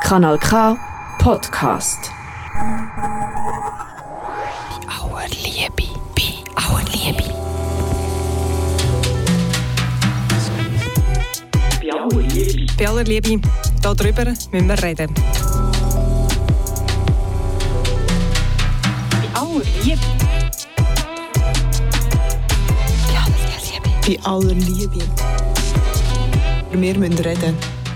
Kanal K Podcast. Bei aller Liebe, bei aller Liebe. Bei aller Liebe. Bei aller Liebe, darüber müssen wir reden. Bei aller Liebe. Bei aller Liebe. Wir müssen reden.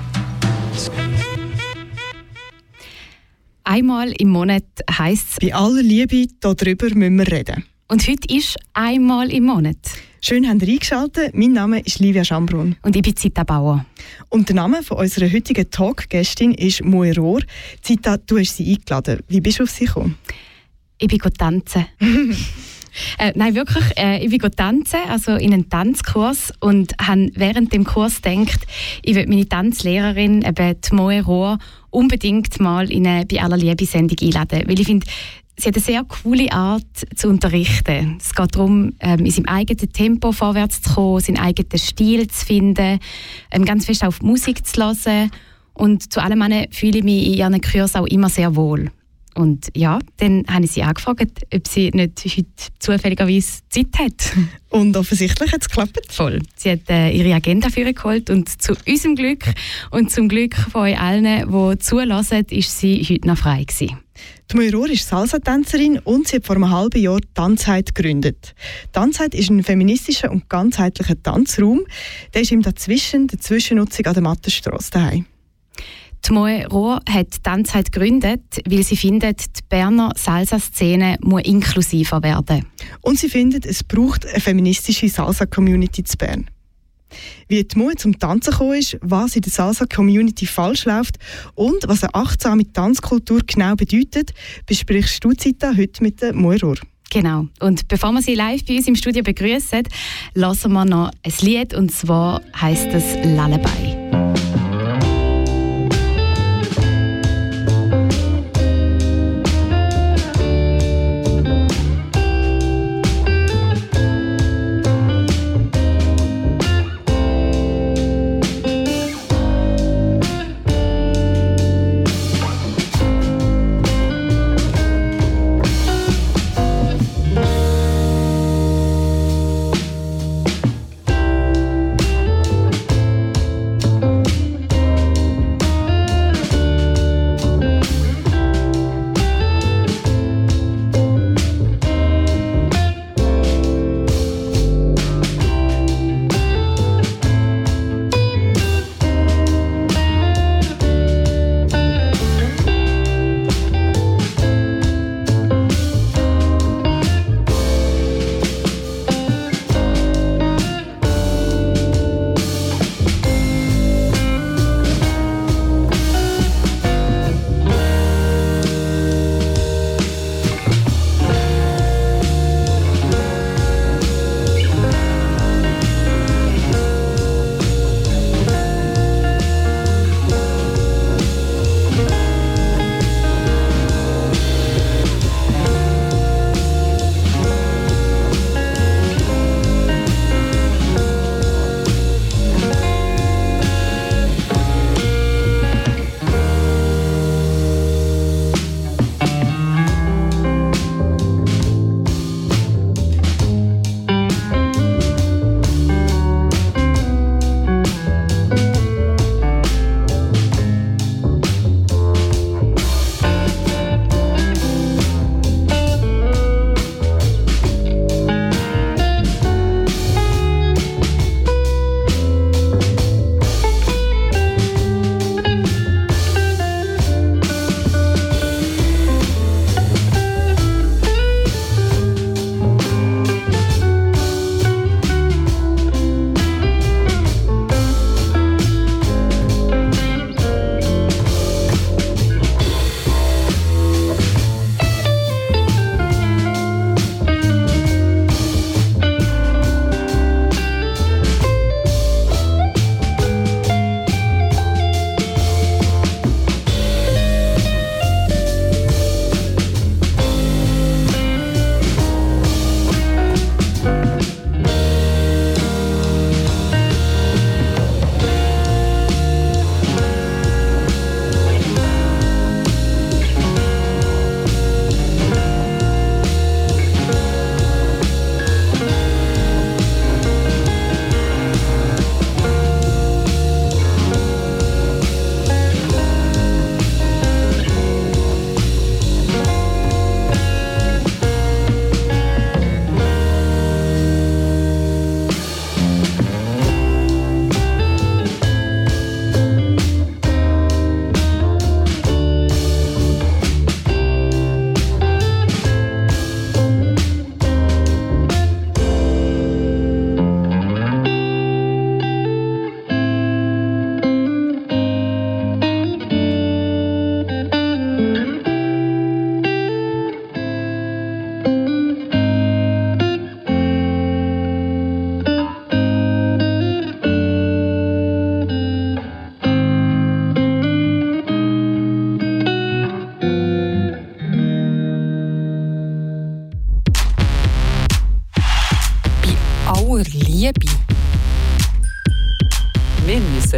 Einmal im Monat heisst es. Bei aller Liebe, darüber müssen wir reden. Und heute ist einmal im Monat. Schön, habt ihr eingeschaltet. Mein Name ist Livia Schambrunn. Und ich bin Zita Bauer. Und der Name von unserer heutigen Talk-Gästin ist Moe Rohr. Zita, du hast sie eingeladen. Wie bist du auf sie gekommen? Ich bin tanzen. Nein, wirklich. Ich bin tanzen, also in einen Tanzkurs, und habe während dem Kurs gedacht, ich will meine Tanzlehrerin, eben die Moe Rohr, unbedingt mal in eine «Bei aller Liebe»-Sendung einladen. Weil ich finde, sie hat eine sehr coole Art zu unterrichten. Es geht darum, in seinem eigenen Tempo vorwärts zu kommen, seinen eigenen Stil zu finden, ganz fest auf die Musik zu hören. Und zu allem fühle ich mich in ihren Kursen auch immer sehr wohl. Und ja, dann habe ich sie angefragt, ob sie nicht heute zufälligerweise Zeit hat. Und offensichtlich hat es geklappt. Voll. Sie hat ihre Agenda vorgeholt und zu unserem Glück und zum Glück von euch allen, die zulassen, ist sie heute noch frei gewesen. Die Moe Rohr ist Salsa-Tänzerin und sie hat vor einem halben Jahr Tanzheit gegründet. Tanzheit ist ein feministischer und ganzheitlicher Tanzraum. Der ist ihm dazwischen der Zwischennutzung an der Mattenstrasse daheim. Die Moe Rohr hat Tanzheit gegründet, weil sie findet, die Berner Salsa-Szene muss inklusiver werden. Und sie findet, es braucht eine feministische Salsa-Community zu Bern. Wie die Moe zum Tanzen gekommen ist, was in der Salsa-Community falsch läuft und was eine achtsame Tanzkultur genau bedeutet, besprichst du, Zita, heute mit der Moe Rohr. Genau. Und bevor wir sie live bei uns im Studio begrüßen, hören wir noch ein Lied, und zwar heisst es «Lullaby».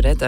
reden.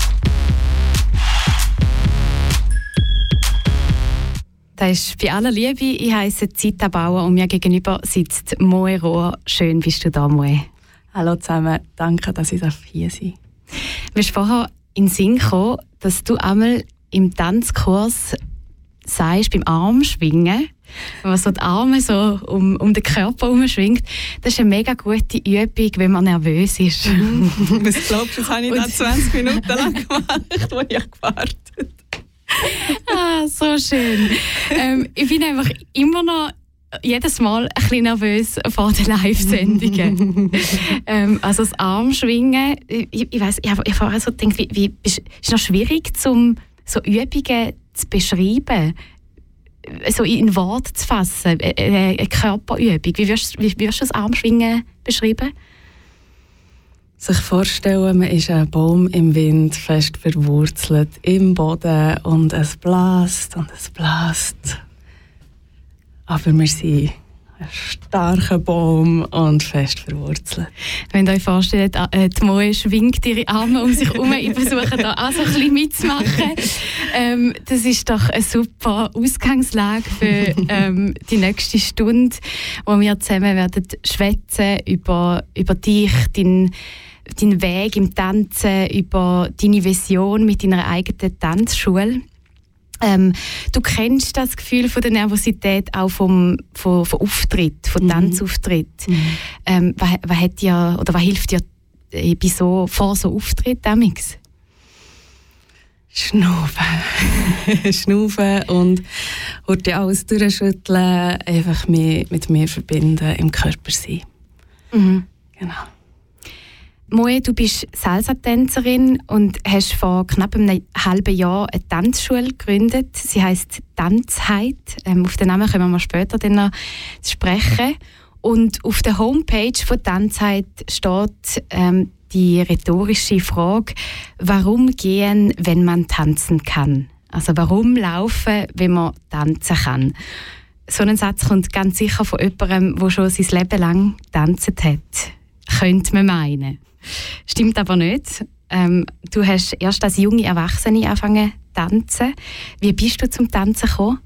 Das ist bei aller Liebe. Ich heisse Zita Bauer und mir gegenüber sitzt Moe Rohr. Schön bist du da, Moe. Hallo zusammen, danke, dass ich hier sein darf. Du bist vorher in den Sinn gekommen, dass du einmal im Tanzkurs sagst, beim Armschwingen, wenn man so die Arme so um den Körper herumschwingt, das ist eine mega gute Übung, wenn man nervös ist. Was glaubst du, das habe ich da 20 Minuten lang gemacht, wo ich gewartet habe. So schön. Ich bin einfach immer noch jedes Mal ein bisschen nervös vor den Live-Sendungen. Also das Armschwingen, ich weiss, ich habe vorher so gedacht, ist es noch schwierig, so Übungen zu beschreiben, so in Worte zu fassen, eine Körperübung. Wie würdest du das Armschwingen beschreiben? Sich vorstellen, man ist ein Baum im Wind, fest verwurzelt im Boden und es bläst und es bläst. Aber wir sind ein starker Baum und fest verwurzelt. Wenn ihr euch vorstellt, die Moe schwingt ihre Arme um sich herum, ich versuche da auch so ein bisschen mitzumachen. Das ist doch eine super Ausgangslage für die nächste Stunde, wo wir zusammen werden schwätzen über dich, deinen Weg im Tanzen, über deine Vision mit deiner eigenen Tanzschule. Du kennst das Gefühl von der Nervosität auch von Auftritt, von Tanzauftritt. Was hat dir oder was hilft dir vor so Auftritt damals? Schnaufen und heute alles durchschütteln, einfach mich mit mir verbinden, im Körper sein. Mhm. Genau. Moe, du bist Salsa-Tänzerin und hast vor knapp einem halben Jahr eine Tanzschule gegründet. Sie heisst Tanzheit. Auf den Namen können wir später dann noch sprechen. Und auf der Homepage von Tanzheit steht die rhetorische Frage: Warum gehen, wenn man tanzen kann? Also warum laufen, wenn man tanzen kann? So ein Satz kommt ganz sicher von jemandem, der schon sein Leben lang getanzt hat. Könnte man meinen. Stimmt aber nicht. Du hast erst als junge Erwachsene angefangen zu tanzen. Wie bist du zum Tanzen gekommen?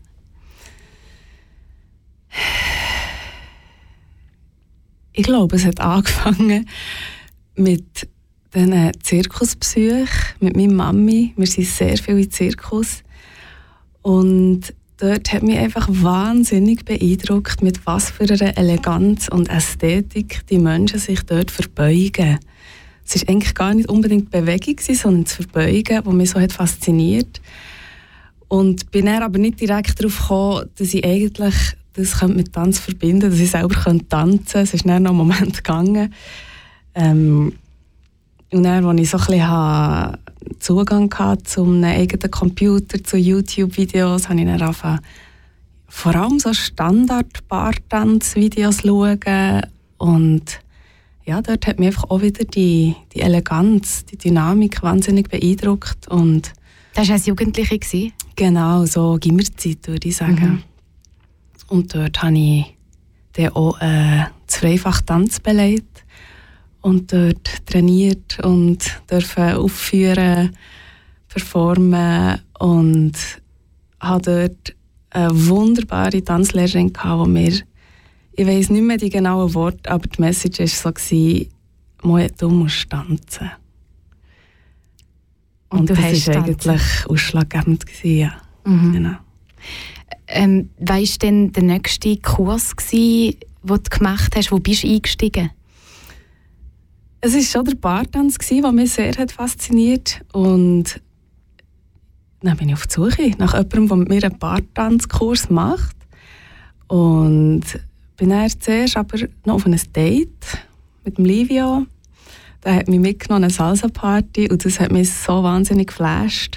Ich glaube, es hat angefangen mit diesen Zirkusbesuchen mit meiner Mami. Wir sind sehr viel im Zirkus. Und dort hat mich einfach wahnsinnig beeindruckt, mit was für einer Eleganz und Ästhetik die Menschen sich dort verbeugen. Es war eigentlich gar nicht unbedingt Bewegung, sondern das Verbeugen, das mich so hat fasziniert. Und bin dann aber nicht direkt darauf gekommen, dass ich eigentlich das mit Tanz verbinden könnte, dass ich selber tanzen könnte. Es ist dann noch einen Moment gegangen. Und dann, als ich so ein bisschen Zugang hatte zu einem eigenen Computer, zu YouTube-Videos, habe ich dann angefangen, vor allem so Standard-Bartanz-Videos zu schauen. Und ja, dort hat mich einfach auch wieder die Eleganz, die Dynamik wahnsinnig beeindruckt. Und das war als Jugendliche? Genau, so Gimmerzeit, würde ich sagen. Mhm. Und dort habe ich dann auch das Freifach-Tanz belegt und dort trainiert und durfte aufführen, performen und hatte dort eine wunderbare Tanzlehrerin gehabt, die mir, ich weiss nicht mehr die genauen Worte, aber die Message war so, Moe, du musst tanzen. Und das war eigentlich ausschlaggebend. Ja. Mhm. Genau. Was war denn der nächste Kurs, den du gemacht hast? Wo bist du eingestiegen? Es war schon der Bartanz, der mich sehr fasziniert hat. Und dann bin ich auf die Suche nach jemandem, der mit mir einen Bartanzkurs macht. Und bin dann zuerst aber noch auf ein Date mit dem Livio. Der hat mich mitgenommen an eine Salsa-Party und das hat mich so wahnsinnig geflasht.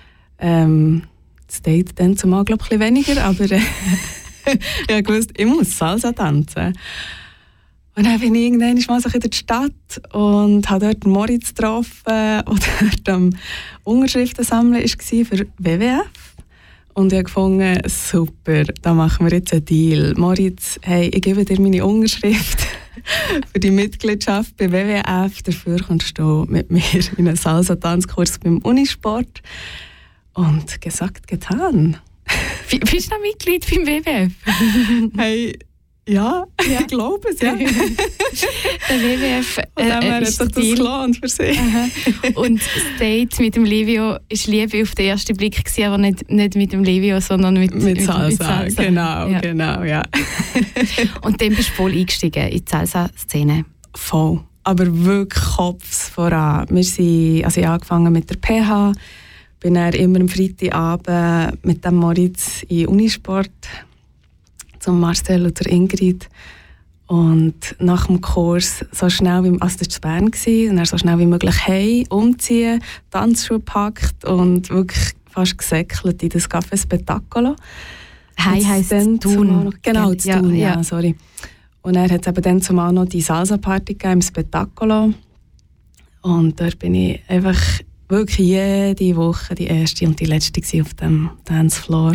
Das Date dann zumal, glaube ich, ein bisschen weniger, aber ich wusste, ich muss Salsa tanzen. Und dann bin ich irgendwann mal so in der Stadt und habe dort Moritz getroffen, der dort am Unterschriften sammeln war für WWF. Und ich habe gefunden, super, da machen wir jetzt einen Deal. Moritz, hey, ich gebe dir meine Unterschrift. für die Mitgliedschaft bei WWF. Dafür kommst du mit mir in einen Salsa-Tanzkurs beim Unisport. Und gesagt, getan. Bist du noch Mitglied beim WWF? Hey, ja, ich glaube es, ja. Der WWF hat sich das gelohnt für sie. Und das Date mit dem Livio war Liebe auf den ersten Blick, aber nicht mit dem Livio, sondern mit Salsa. Genau, ja. Und dann bist du voll eingestiegen in die Salsa-Szene. Voll, aber wirklich Kopf voran. Ich habe angefangen mit der PH, bin dann immer am Freitagabend mit dem Moritz in Unisport zum Marcel und der Ingrid. Und nach dem Kurs so schnell wie das war in Bern, und dann so schnell wie möglich umziehen, Tanzschuhe gepackt und wirklich fast gesäckelt in das Café Spettacolo. Heisst Thun. Genau, Thun, ja, sorry. Und er hat eben dann zumal noch die Salsa-Party im Spettacolo. Und dort bin ich einfach wirklich jede Woche die erste und die letzte auf dem Dancefloor.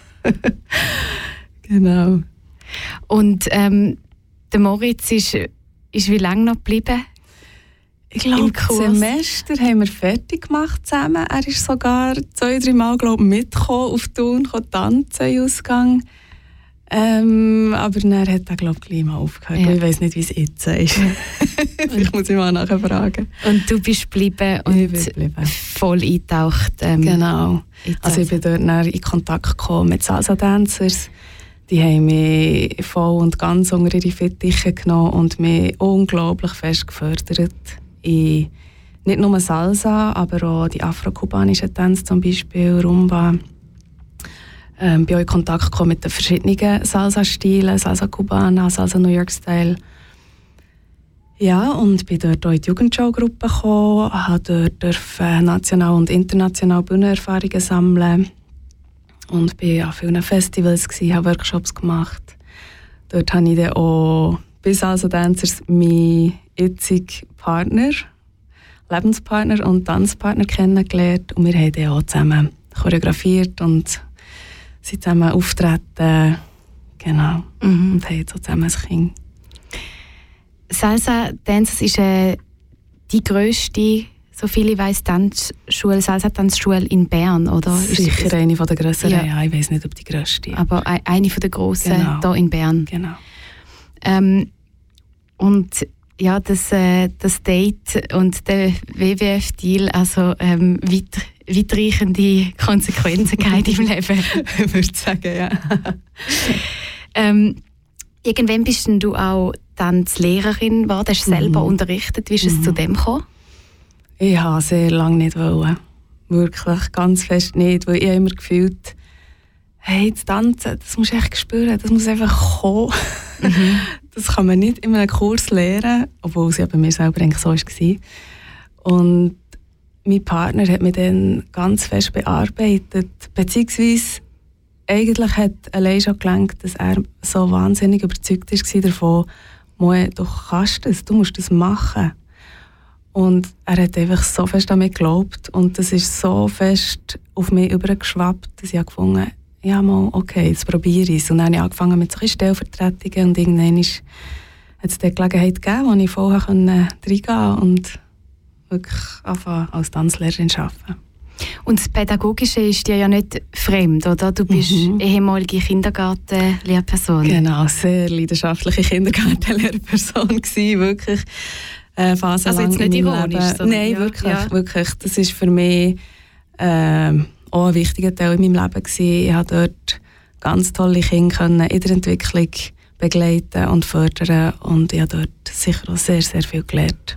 Genau. Und der Moritz ist wie lange noch geblieben? Ich glaube, das Semester haben wir fertig gemacht zusammen. Er ist sogar 2-3 Mal mitgekommen auf Thun, tanzen im Ausgang. Aber dann hat er, glaube ich, gleich mal aufgehört. Ja. Ich weiss nicht, wie es jetzt ist. Vielleicht muss ich mal nachher fragen. Und du bist geblieben und voll eingetaucht. Genau. Also ich bin dort in Kontakt gekommen mit Salsa-Dancers. Die haben mich voll und ganz unter ihre Fittiche genommen und mich unglaublich fest gefördert. Nicht nur Salsa, aber auch die afro-kubanischen Tänze, zum Beispiel Rumba. Bin auch in Kontakt gekommen mit den verschiedenen Salsa-Stilen, Salsa Cubana, Salsa New York Style. Ja, und bin dort auch in die Jugendshow-Gruppe gekommen, durfte dort national und international Bühnenerfahrungen sammeln und bin an vielen Festivals gewesen, habe Workshops gemacht. Dort habe ich dann auch bei Salsa Dancers meinen jetzigen Partner, Lebenspartner und Tanzpartner kennengelernt und wir haben dann auch zusammen choreografiert und sind zusammen auftreten, genau, und haben so zusammen ein Kind. Salsa Dancers ist die grösste, so viel ich weiss, Salsa-Tanzschule in Bern, oder? Sicher eine der grösseren, ja. Ich weiss nicht, ob die grösste. Aber eine der grossen hier in Bern. Genau. Und ja, das Date und der WWF-Deal, also weitreichende Konsequenzen gehabt im Leben. Ich würde sagen, ja. Irgendwann bist du auch Tanzlehrerin geworden, hast selber unterrichtet. Wie ist es zu dem gekommen? Ich wollte sehr lange nicht wollen. Wirklich, ganz fest nicht, weil ich immer gefühlt, hey, das Tanzen, das musst du echt spüren, das muss einfach kommen. Das kann man nicht in einem Kurs lernen, obwohl es ja bei mir selber eigentlich so war. Und mein Partner hat mich dann ganz fest bearbeitet, beziehungsweise eigentlich hat allein schon gelangt, dass er so wahnsinnig überzeugt war davon, du kannst das, du musst das machen. Und er hat einfach so fest an mich geglaubt und das ist so fest auf mich übergeschwappt, dass ich gefunden habe, ja mal, okay, jetzt probiere ich es. Und dann habe ich angefangen mit solchen Stellvertretungen und irgendwann hat es die Gelegenheit gegeben, wo ich voll reingehen konnte und wirklich anfangen als Tanzlehrerin zu arbeiten. Und das Pädagogische ist dir ja nicht fremd, oder? Du bist ehemalige Kindergartenlehrperson. Genau, sehr leidenschaftliche Kindergartenlehrperson gewesen, wirklich phasenlang. Also jetzt nicht ironisch? Nein, wirklich. Das ist für mich auch ein wichtiger Teil in meinem Leben gewesen. Ich habe dort ganz tolle Kinder in der Entwicklung begleiten und fördern und ich habe dort sicher auch sehr, sehr viel gelernt.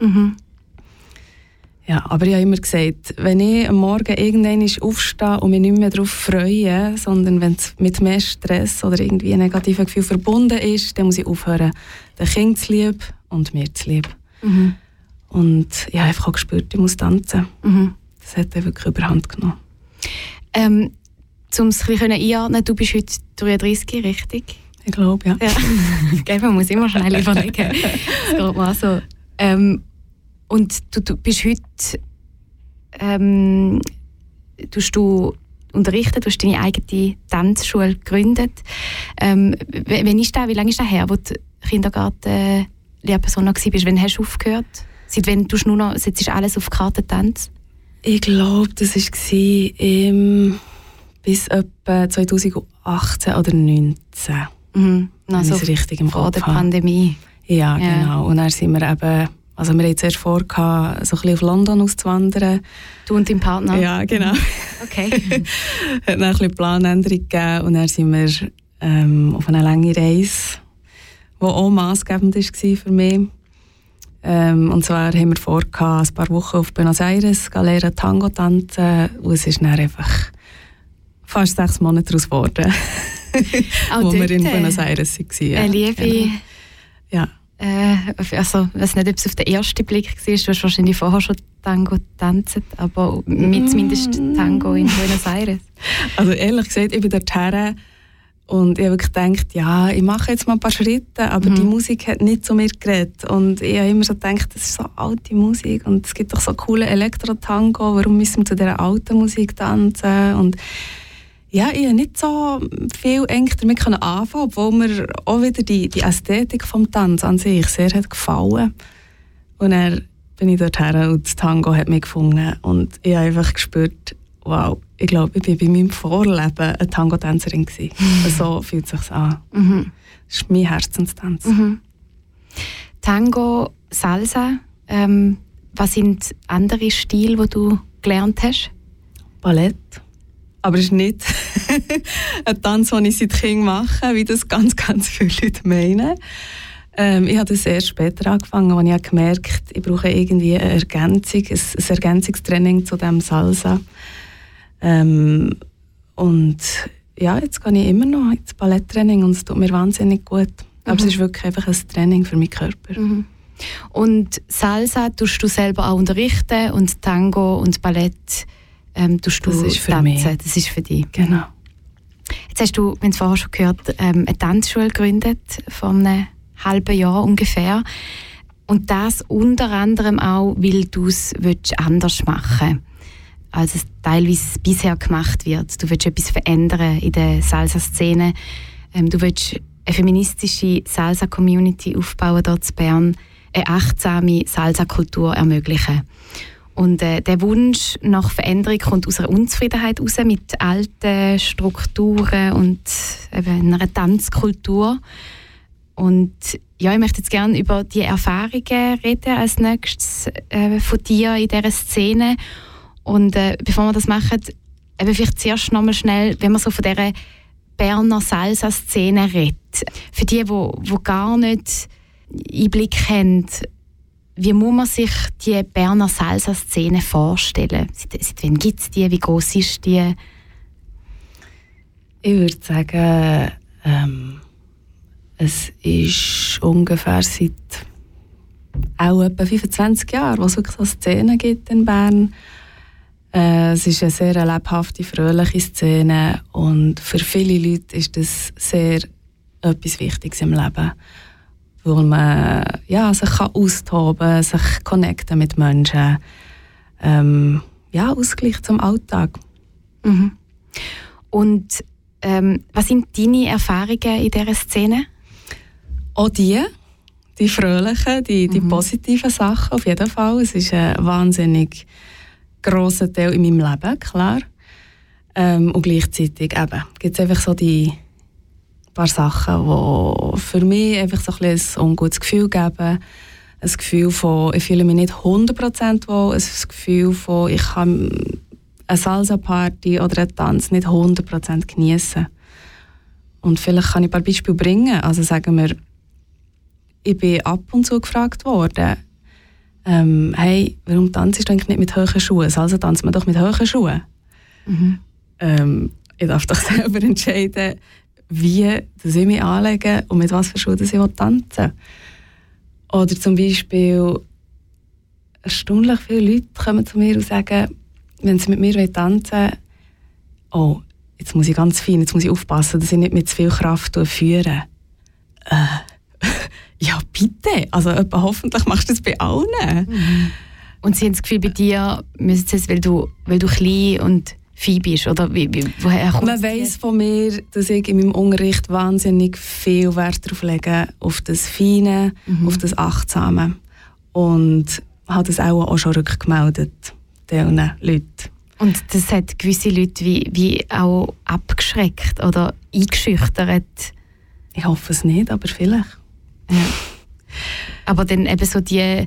Ja, aber ich habe immer gesagt, wenn ich am Morgen irgendwann aufstehe und mich nicht mehr darauf freue, sondern wenn es mit mehr Stress oder irgendwie ein negatives Gefühl verbunden ist, dann muss ich aufhören, den Kindern zu lieb und mir zu lieb. Und ich habe einfach auch gespürt, ich muss tanzen. Das hat dann wirklich überhand genommen. Um es ein bisschen einordnen, du bist heute 33, richtig? Ich glaube, ja. Man muss immer schnell überlegen. Das geht mal so. Und du bist heute, du unterrichten, du hast deine eigene Tanzschule gegründet. Wie lange ist das her, wo du Kindergarten Lehrperson noch warst? Wann hast du aufgehört? Seit wann tust du nur noch, setzt alles auf Kartentanz? Ich glaube, das war bis etwa 2018 oder 2019. Mhm. Also ich richtig im vor Kopf der Pandemie. Ja, genau. Und dann sind wir eben, also wir hatten zuerst vor, so ein bisschen auf London auszuwandern. Du und dein Partner? Ja, genau. Okay. Es hat dann ein bisschen Planänderung gegeben und dann sind wir auf eine lange Reise, die auch massgebend war für mich. Und zwar haben wir vor, ein paar Wochen auf Buenos Aires lernen, Tango tanzen. Und es ist dann einfach fast 6 Monate daraus geworden, wo wir in Buenos Aires waren. Ja. Liebe. Genau. Ja. Also, ich weiß nicht, ob es auf den ersten Blick war. Du hast wahrscheinlich vorher schon Tango getanzt, aber mit zumindest Tango in Buenos Aires. Also ehrlich gesagt, ich bin dorthin und ich habe wirklich gedacht, ja, ich mache jetzt mal ein paar Schritte, aber die Musik hat nicht zu mir geredet. Und ich habe immer so gedacht, das ist so alte Musik und es gibt doch so coole Elektro-Tango, warum müssen wir zu dieser alten Musik tanzen? Und ja, ich habe nicht so viel damit anfangen, obwohl mir auch wieder die Ästhetik vom Tanz an sich sehr hat gefallen. Und dann bin ich dorthin und das Tango hat mich gefunden. Und ich habe einfach gespürt, wow, ich glaube, ich war bei meinem Vorleben eine Tango-Tänzerin gewesen. So fühlt es sich an. Das ist mein Herzenstanz. Tango, Salsa, was sind andere Stile, die du gelernt hast? Ballett. Aber es ist nicht ein Tanz, den ich seit Kind mache, wie das ganz, ganz viele Leute meinen. Ich habe das erst später angefangen, als ich gemerkt habe, ich brauche irgendwie eine Ergänzung, ein Ergänzungstraining zu diesem Salsa. Und ja, jetzt gehe ich immer noch ins Balletttraining und es tut mir wahnsinnig gut. Aber es ist wirklich einfach ein Training für meinen Körper. Und Salsa tust du selber auch unterrichten und Tango und Ballett tust du das ist für tanzen. mich. Das ist für dich. Genau. Jetzt hast du, wir haben es vorher schon gehört, eine Tanzschule gegründet, vor einem halben Jahr ungefähr. Und das unter anderem auch, weil du es anders machen willst, als es teilweise bisher gemacht wird. Du willst etwas verändern in der Salsa-Szene. Du willst eine feministische Salsa-Community aufbauen dort in Bern, eine achtsame Salsa-Kultur ermöglichen. Und der Wunsch nach Veränderung kommt aus einer Unzufriedenheit heraus mit alten Strukturen und eben einer Tanzkultur. Und ja, ich möchte jetzt gerne über die Erfahrungen reden als nächstes von dir in dieser Szene. Und bevor wir das machen, eben vielleicht zuerst noch mal schnell, wenn man so von dieser Berner Salsa-Szene redet. Für die gar nicht Einblick haben, wie muss man sich die Berner Salsa-Szene vorstellen? Seit wann gibt es die? Wie groß ist die? Ich würde sagen, es ist ungefähr seit auch etwa 25 Jahren, wo es wirklich so eine Szene gibt in Bern. Es ist eine sehr lebhafte, fröhliche Szene und für viele Leute ist das sehr etwas Wichtiges im Leben. Weil man sich austoben kann, sich connecten mit Menschen. Ausgleich zum Alltag. Und was sind deine Erfahrungen in dieser Szene? Auch die fröhlichen, die positiven Sachen auf jeden Fall. Es ist ein wahnsinnig grosser Teil in meinem Leben, klar. Und gleichzeitig gibt es einfach so die paar Sachen, die für mich einfach so ein ungutes Gefühl geben. Ein Gefühl von, ich fühle mich nicht 100% wohl. Ein Gefühl von, ich kann eine Salsa-Party oder einen Tanz nicht 100% genießen. Und vielleicht kann ich ein paar Beispiele bringen. Also sagen wir, ich bin ab und zu gefragt worden, hey, warum tanzt du eigentlich nicht mit hohen Schuhen? Salsa tanzt man doch mit hohen Schuhen. Ich darf doch selber entscheiden, wie dass ich mich anlege und mit was für Schuhen ich tanzen will. Oder zum Beispiel, erstaunlich viele Leute kommen zu mir und sagen, wenn sie mit mir tanzen wollen, oh, jetzt muss ich ganz fein, jetzt muss ich aufpassen, dass ich nicht mit zu viel Kraft führe. Ja, bitte. Also hoffentlich machst du das bei allen. Und sie haben das Gefühl, bei dir müssen sie es, weil du klein und bist? Oder woher kommt Man weiss von mir, dass ich in meinem Unterricht wahnsinnig viel Wert darauf lege, auf das Feine, auf das Achtsame. Und habe das auch schon rückgemeldet, diesen Leuten. Und das hat gewisse Leute wie auch abgeschreckt oder eingeschüchtert? Ich hoffe es nicht, aber vielleicht. Ja. Aber dann eben so die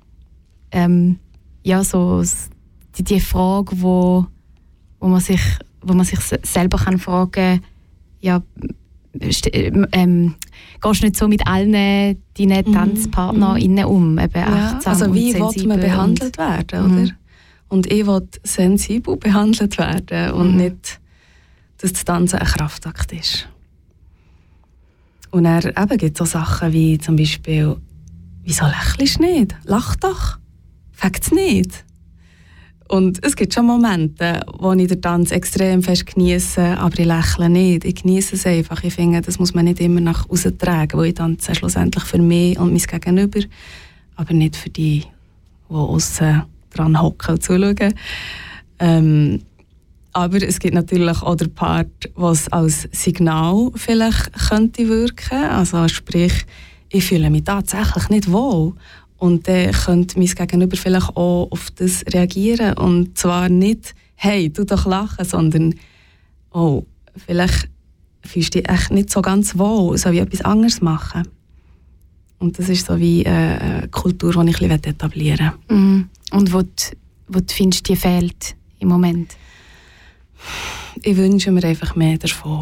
Frage, wo man sich selber kann fragen, ja, gehst du nicht so mit allen deinen TanzpartnerInnen um? Eben achtsam also wie und will man behandelt werden, oder? Und ich will sensibel behandelt werden und nicht, dass das Tanzen ein Kraftakt ist. Und dann eben gibt es so Sachen wie zum Beispiel, wieso lächelst du nicht? Lach doch! Fängt nicht! Und es gibt schon Momente, wo ich den Tanz extrem fest geniesse, aber ich lächle nicht. Ich genieße es einfach. Ich finde, das muss man nicht immer nach außen tragen, weil ich tanze schlussendlich für mich und mein Gegenüber, aber nicht für die außen dran hocken und zuschauen. Aber es gibt natürlich auch den Part, was als Signal vielleicht könnte wirken. Also sprich, ich fühle mich tatsächlich nicht wohl. Und dann könnte mein Gegenüber vielleicht auch auf das reagieren. Und zwar nicht, hey, tu doch lachen, sondern, oh, vielleicht fühlst du dich echt nicht so ganz wohl, soll ich etwas anderes machen? Und das ist so wie eine Kultur, die ich ein bisschen etablieren will. Und wo du findest, die fehlt im Moment? Ich wünsche mir einfach mehr davon.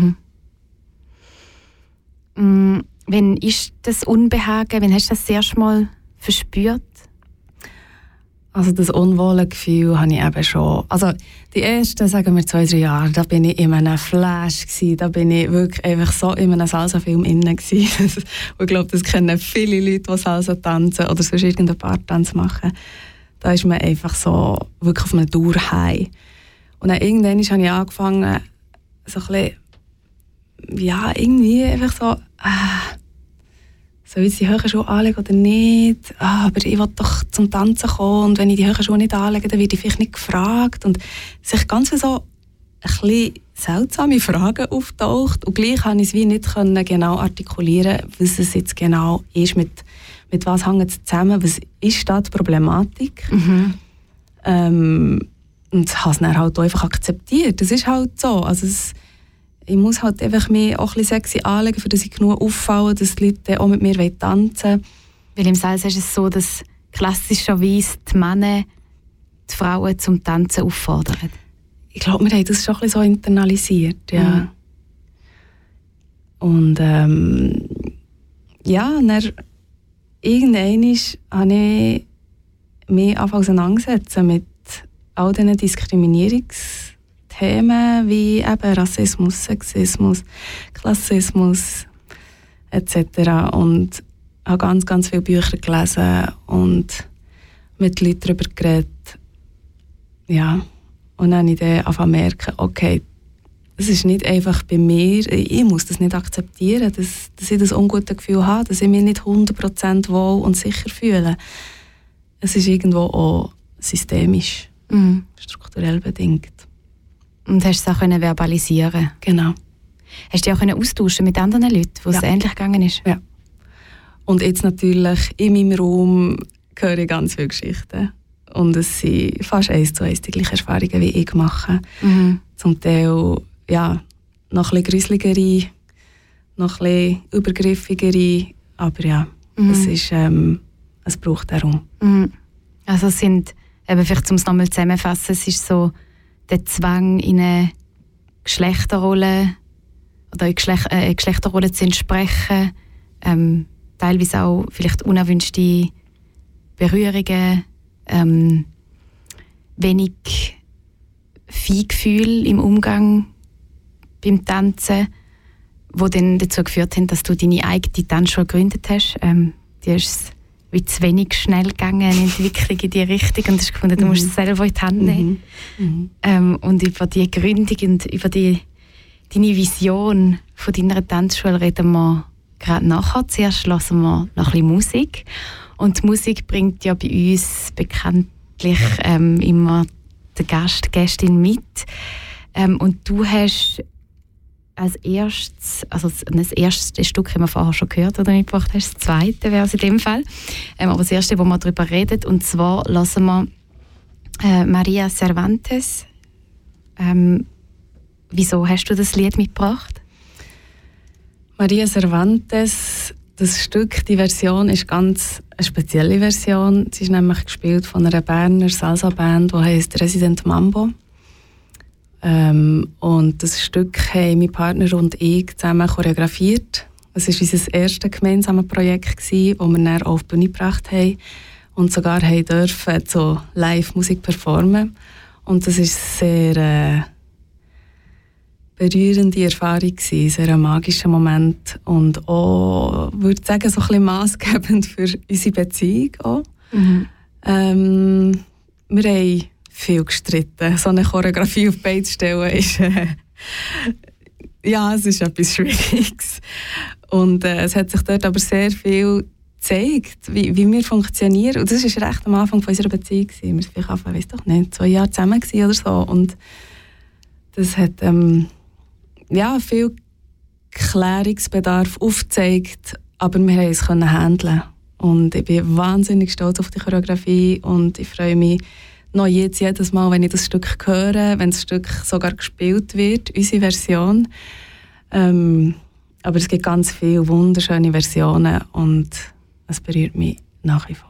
Wann ist das Unbehagen, wann hast du das erste Mal verspürt? Also das unwohle Gefühl habe ich eben schon. Also die ersten, sagen wir 2-3 Jahre, da bin ich in einem Flash gewesen. Da bin ich wirklich einfach so in einem Salsa-Film innen gewesen. Und ich glaube, das kennen viele Leute, die Salsa tanzen oder sonst irgendeinen Paartanz machen. Da ist man einfach so wirklich auf einem Dauerhigh. Und dann irgendwann habe ich angefangen, so ein bisschen, ja, irgendwie einfach so, soll ich die hohen Schuhe anlegen oder nicht? Aber ich will doch zum Tanzen kommen und wenn ich die hohen Schuhe nicht anlege, dann werde ich vielleicht nicht gefragt. Und sich ganz so ein bisschen seltsame Fragen auftaucht und gleich konnte ich es wie nicht genau artikulieren, was es jetzt genau ist, mit was hängt es zusammen, was ist da die Problematik. Und habe es dann halt auch einfach akzeptiert. Das ist halt so. Also ich muss halt einfach mich auch ein bisschen sexy anlegen, für dass ich genug auffalle, dass die Leute auch mit mir tanzen wollen. Weil im Salsa ist es so, dass klassischerweise die Männer die Frauen zum Tanzen auffordern. Ich glaube, wir haben das schon ein bisschen so internalisiert. Ja. Und ja, dann irgendwann habe ich mich auseinandergesetzt mit all diesen Diskriminierungsthemen wie eben Rassismus, Sexismus, Klassismus etc. Und habe ganz, ganz viele Bücher gelesen und mit Leuten darüber geredet. Ja. Und dann habe ich dann angefangen zu merken, okay, es ist nicht einfach bei mir, ich muss das nicht akzeptieren, dass ich das ungute Gefühl habe, dass ich mich nicht 100% wohl und sicher fühle. Es ist irgendwo auch systemisch. Strukturell bedingt. Und hast du es auch verbalisieren? Genau. Hast du dich auch austauschen mit anderen Leuten, wo es ähnlich gegangen ist? Ja. Und jetzt natürlich in meinem Raum höre ich ganz viele Geschichten. Und es sind fast 1:1 die gleichen Erfahrungen, wie ich mache. Zum Teil ja, noch ein bisschen gruseligere, noch ein bisschen übergriffigere. Aber ja, es ist, es braucht darum. Also es sind eben vielleicht, um es nochmal zusammenzufassen, es ist so der Zwang, in eine Geschlechterrolle oder in Geschlechterrolle zu entsprechen, teilweise auch vielleicht unerwünschte Berührungen, wenig Feingefühl im Umgang beim Tanzen, wo dann dazu geführt haben, dass du deine eigene Tanzschule gegründet hast. Die ist wie zu wenig schnell gegangen, eine Entwicklung in die Richtung, und hast gefunden, du musst es selber in die Hand nehmen. Und über die Gründung und über deine Vision von deiner Tanzschule reden wir gerade nachher. Zuerst hören wir noch ein bisschen Musik. Und die Musik bringt ja bei uns bekanntlich immer der Gast, Gästin mit. Und du hast als erstes, also das erste Stück haben wir vorher schon gehört oder mitgebracht hast, das zweite wäre es in dem Fall. Aber das erste, wo wir darüber reden, und zwar hören wir Maria Cervantes. Wieso hast du das Lied mitgebracht? Maria Cervantes, das Stück, die Version ist ganz eine spezielle Version. Sie ist nämlich gespielt von einer Berner Salsa-Band, die heisst Resident Mambo. Und das Stück haben mein Partner und ich zusammen choreografiert. Es war unser erstes gemeinsames Projekt, das wir dann auch auf die Bühne gebracht haben und sogar durften so Live-Musik performen. Und das war sehr berührende Erfahrung, sehr ein magischer Moment und auch, würde ich sagen, so ein bisschen maßgebend für unsere Beziehung auch. Mhm. Wir haben viel gestritten. So eine Choreografie auf die Beine zu stellen ist ja, es ist etwas Schwieriges. Und es hat sich dort aber sehr viel gezeigt, wie wir funktionieren. Und das war recht am Anfang unserer Beziehung. Wir waren vielleicht Anfang, weiss doch nicht, 2 Jahre zusammen oder so. Und das hat ja, viel Klärungsbedarf aufgezeigt, aber wir konnten es handeln. Und ich bin wahnsinnig stolz auf die Choreografie und ich freue mich noch jetzt jedes Mal, wenn ich das Stück höre, wenn das Stück sogar gespielt wird, unsere Version. Aber es gibt ganz viele wunderschöne Versionen und es berührt mich nach wie vor.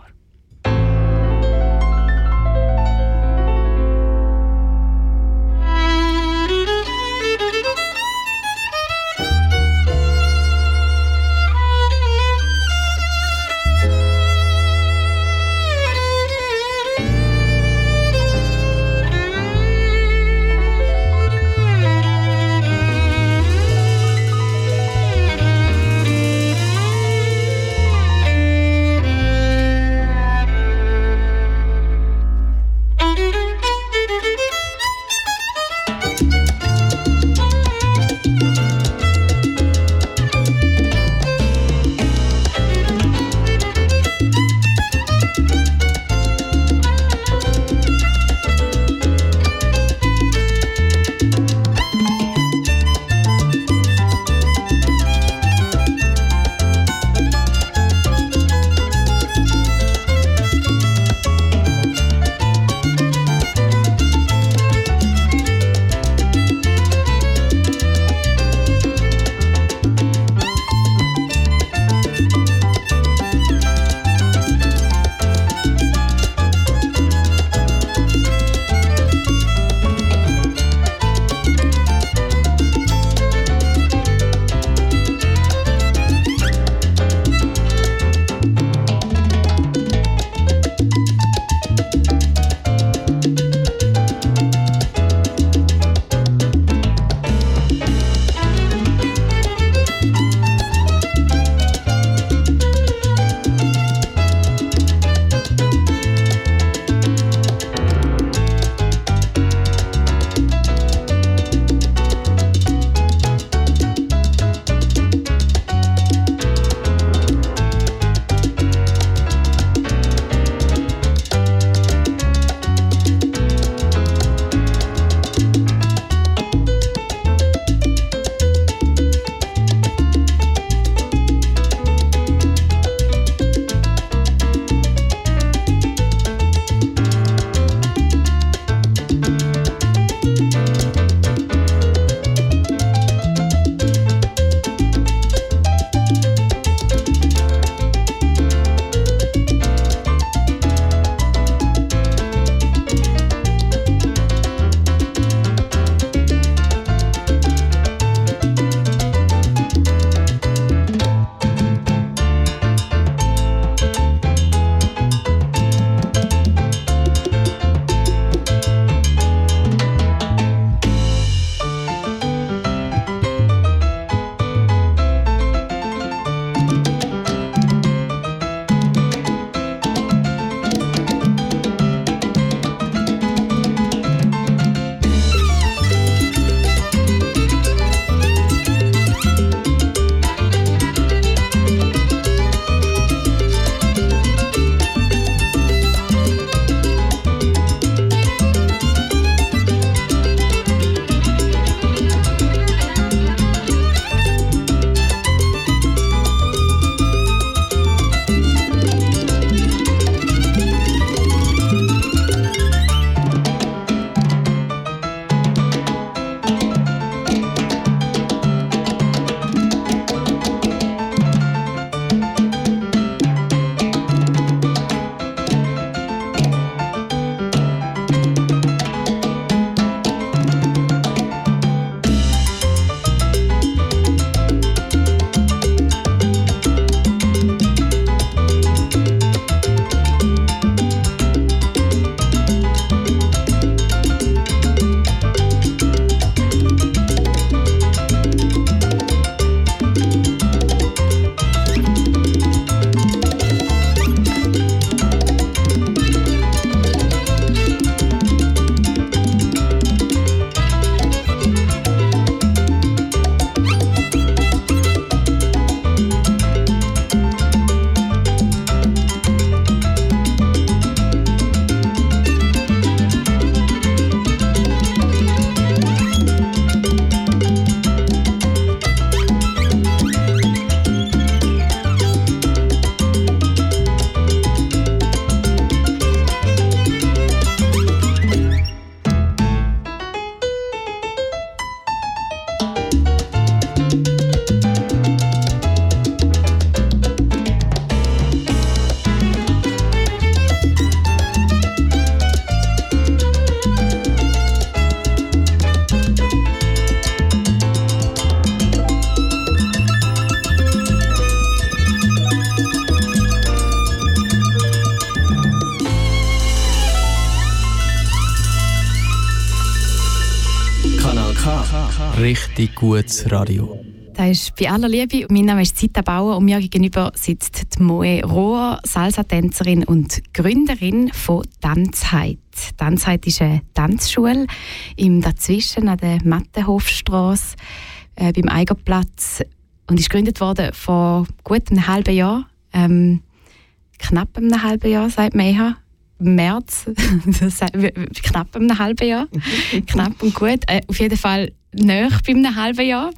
Kanal K. Richtig gutes Radio. Das ist bei aller Liebe. Mein Name ist Zita Bauer und mir gegenüber sitzt die Moe Rohr, Salsa-Tänzerin und Gründerin von Tanzheit. Tanzheit ist eine Tanzschule im Dazwischen an der Mattenhofstrasse beim Eigerplatz und ist gegründet worden vor gut einem halben Jahr. Knapp einem halben Jahr, sagt man eher. Im März, knapp einem halben Jahr. Knapp und gut. Auf jeden Fall näher bei einem halben Jahr.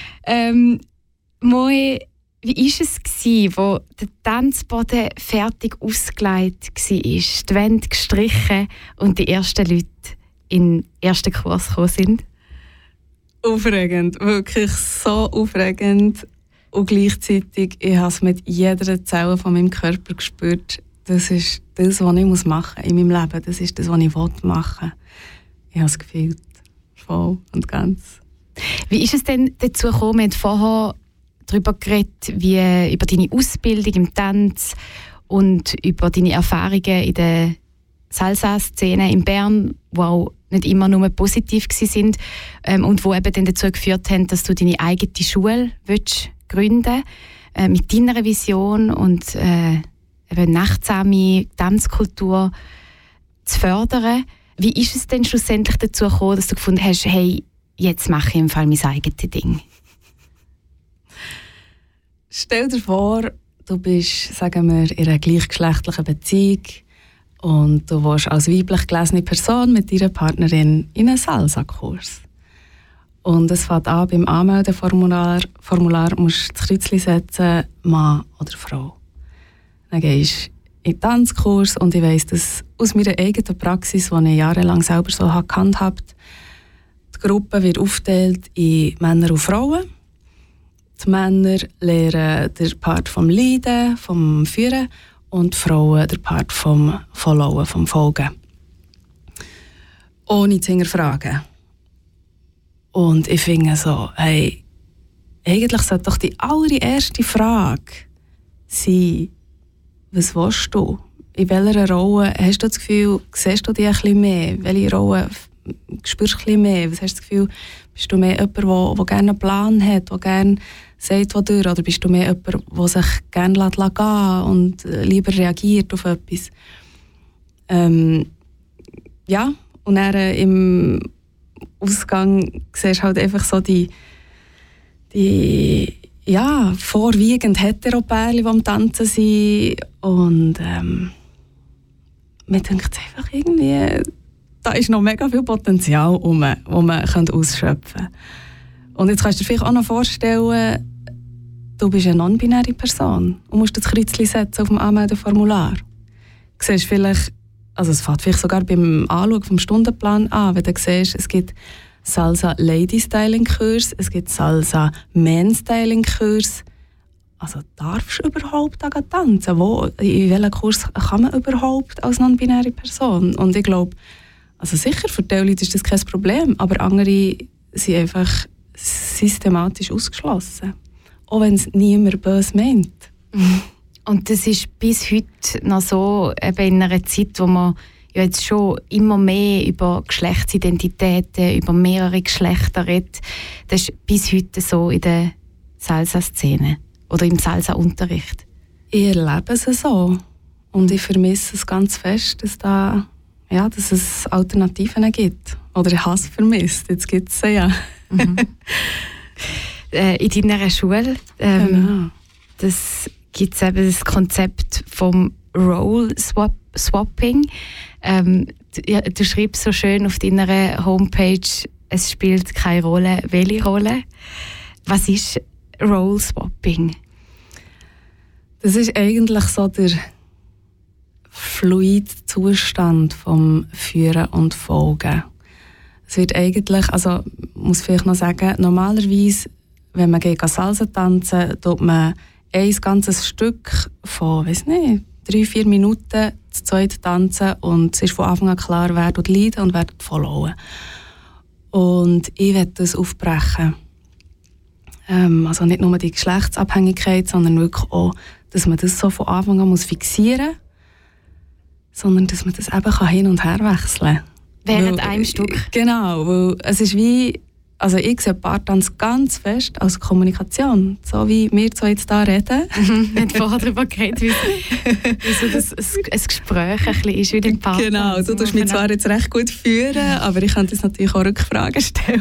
Moe, wie war es, wo der Tanzboden fertig ausgelegt war, die Wände gestrichen und die ersten Leute in den ersten Kurs gekommen sind? Aufregend, wirklich so aufregend. Und gleichzeitig, ich habe es mit jeder Zelle von meinem Körper gespürt, das ist das, was ich machen muss in meinem Leben. Das ist das, was ich machen will. Ich habe es gefühlt, voll und ganz. Wie ist es denn dazu gekommen? Wir haben vorher darüber geredet, wie über deine Ausbildung im Tanz und über deine Erfahrungen in der Salsa-Szene in Bern, die auch nicht immer nur positiv waren und die eben dann dazu geführt haben, dass du deine eigene Schule gründen willst, mit deiner Vision und eben achtsame Tanzkultur zu fördern. Wie ist es denn schlussendlich dazu gekommen, dass du gefunden hast, hey, jetzt mache ich im Fall mein eigenes Ding? Stell dir vor, du bist, sagen wir, in einer gleichgeschlechtlichen Beziehung und du willst als weiblich gelesene Person mit deiner Partnerin in einen Salsa-Kurs. Und es fängt an, beim Anmeldeformular musst du das Kreuzchen setzen, Mann oder Frau. Dann gehst du in den Tanzkurs und ich weiss das aus meiner eigenen Praxis, die ich jahrelang selber so gehandhabt habe. Die Gruppe wird aufgeteilt in Männer und Frauen. Die Männer lernen den Part vom Leiden, vom Führen und die Frauen den Part vom Followen, vom Folgen. Ohne zu hinterfragen. Und ich finde so, hey, eigentlich sollte doch die allererste Frage sein, was willst du? In welcher Rolle hast du das Gefühl, siehst du dich ein bisschen mehr? Welche Rolle spürst du ein bisschen mehr? Was hast du das Gefühl, bist du mehr jemand, der gerne einen Plan hat, der gerne sagt, wo durch? Oder bist du mehr jemand, der sich gerne gehen lässt und lieber reagiert auf etwas? Ja, und dann im Ausgang siehst du halt einfach so die vorwiegend Heteropärchen, die am Tanzen sind. Und mir denkt einfach irgendwie, da ist noch mega viel Potenzial, das man ausschöpfen kann. Und jetzt kannst du dir vielleicht auch noch vorstellen, du bist eine non-binäre Person und musst das Kreuzchen setzen auf dem Anmeldeformular. Du siehst vielleicht, also es fängt vielleicht sogar beim Anschauen vom Stundenplan an, wenn du siehst, es gibt Salsa Lady Styling Kurs, es gibt Salsa Man Styling Kurs. Also darfst du überhaupt da tanzen? In welchem Kurs kann man überhaupt als non-binäre Person? Und ich glaube, also sicher für die Leute ist das kein Problem, aber andere sind einfach systematisch ausgeschlossen. Auch wenn es niemand böse meint. Und das ist bis heute noch so, eben in einer Zeit, wo man ja jetzt schon immer mehr über Geschlechtsidentitäten, über mehrere Geschlechter redet. Das ist bis heute so in der Salsa-Szene oder im Salsa-Unterricht. Ich erlebe es so. Und ich vermisse es ganz fest, dass es Alternativen gibt. Oder ich habe es vermisst, jetzt gibt es sie ja. In deiner Schule genau. gibt es eben das Konzept vom Role-Swapping. Du schreibst so schön auf deiner Homepage, es spielt keine Rolle, welche Rolle. Was ist Role-Swapping? Das ist eigentlich so der fluide Zustand vom Führen und Folgen. Es wird eigentlich, also muss vielleicht noch sagen, normalerweise, wenn man gegen Salsa tanzen, tut man ein ganzes Stück von, 3-4 Minuten zu zweit tanzen und es ist von Anfang an klar, wer leiden und wer followen. Und ich will das aufbrechen. Also nicht nur die Geschlechtsabhängigkeit, sondern wirklich auch, dass man das so von Anfang an fixieren muss, sondern dass man das eben hin und her wechseln kann. Während einem Stück? Genau, weil es ist wie also ich sehe Paartanz ganz fest als Kommunikation, so wie wir so jetzt hier reden. Wir haben vorher darüber geredet, wie so ein Gespräch ein bisschen ist, wie den Paartanz. Genau, du tust mich zwar jetzt recht gut führen, aber ich kann jetzt natürlich auch Rückfragen stellen.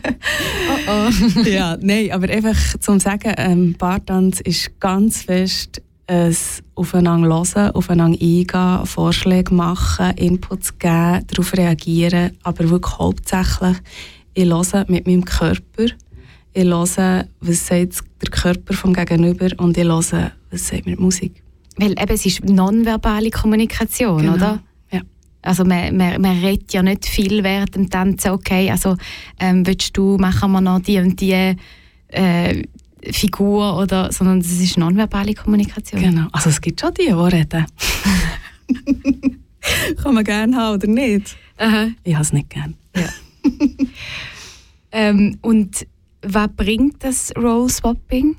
Ja, nein, aber einfach zum sagen, Paartanz ist ganz fest ein Aufeinander hören, aufeinander eingehen, Vorschläge machen, Inputs geben, darauf reagieren, aber wirklich hauptsächlich ich höre mit meinem Körper, ich höre, was sagt der Körper vom Gegenüber und ich höre, was sagt mir die Musik. Weil eben, es ist nonverbale Kommunikation, genau. Oder? Ja. Also man redet ja nicht viel während dem Tanzen, okay, also willst du, machen wir noch die und die Figur, oder, sondern es ist nonverbale Kommunikation. Genau, also es gibt schon die reden. Kann man gerne haben oder nicht? Aha. Ich habe es nicht gerne. Ja. Und was bringt das Role-Swapping?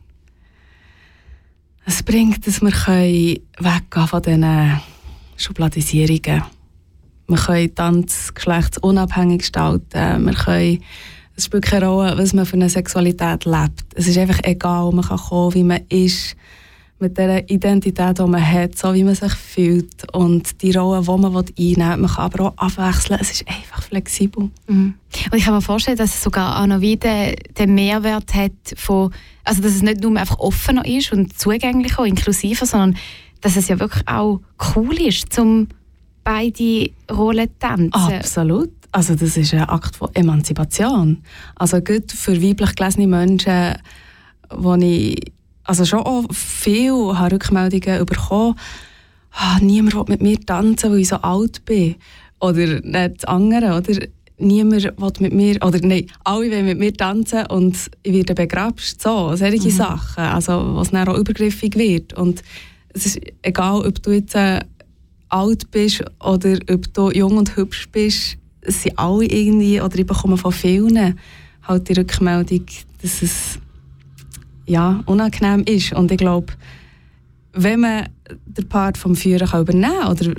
Es bringt, dass wir weggehen von diesen Schubladisierungen. Wir können Tanz geschlechtsunabhängig gestalten. Es spielt keine Rolle, was man für eine Sexualität lebt. Es ist einfach egal, man kann kommen, wie man ist, mit der Identität, die man hat, so wie man sich fühlt und die Rolle, die man einnehmen will. Man kann aber auch abwechseln. Es ist einfach flexibel. Mhm. Und ich kann mir vorstellen, dass es sogar auch noch wieder den Mehrwert hat, also dass es nicht nur einfach offener ist und zugänglicher, inklusiver, sondern dass es ja wirklich auch cool ist, um beide Rollen zu tanzen. Absolut. Also das ist ein Akt von Emanzipation. Also gut für weiblich gelesene Menschen, wo ich schon auch viel Rückmeldungen bekommen habe, niemand will mit mir tanzen, weil ich so alt bin. Oder nicht das andere, oder? Niemand will mit mir, oder nein, alle wollen mit mir tanzen und ich werde begrapscht. Solche Sachen, also was dann auch übergriffig wird. Und es ist egal, ob du jetzt alt bist oder ob du jung und hübsch bist, es sind alle irgendwie, oder ich bekomme von vielen halt die Rückmeldung, dass es unangenehm ist. Und ich glaube, wenn man den Part vom Führen kann übernehmen kann, oder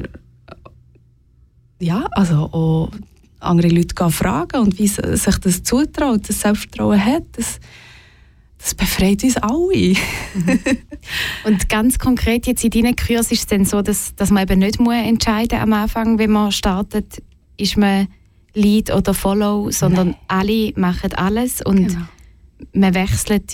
auch andere Leute fragen und wie sich das zutraut, das Selbstvertrauen hat, das befreit uns alle. Und ganz konkret jetzt in deinen Kursen ist es dann so, dass man eben nicht entscheiden muss am Anfang, wenn man startet, ist man Lead oder Follow, sondern alle machen alles und man wechselt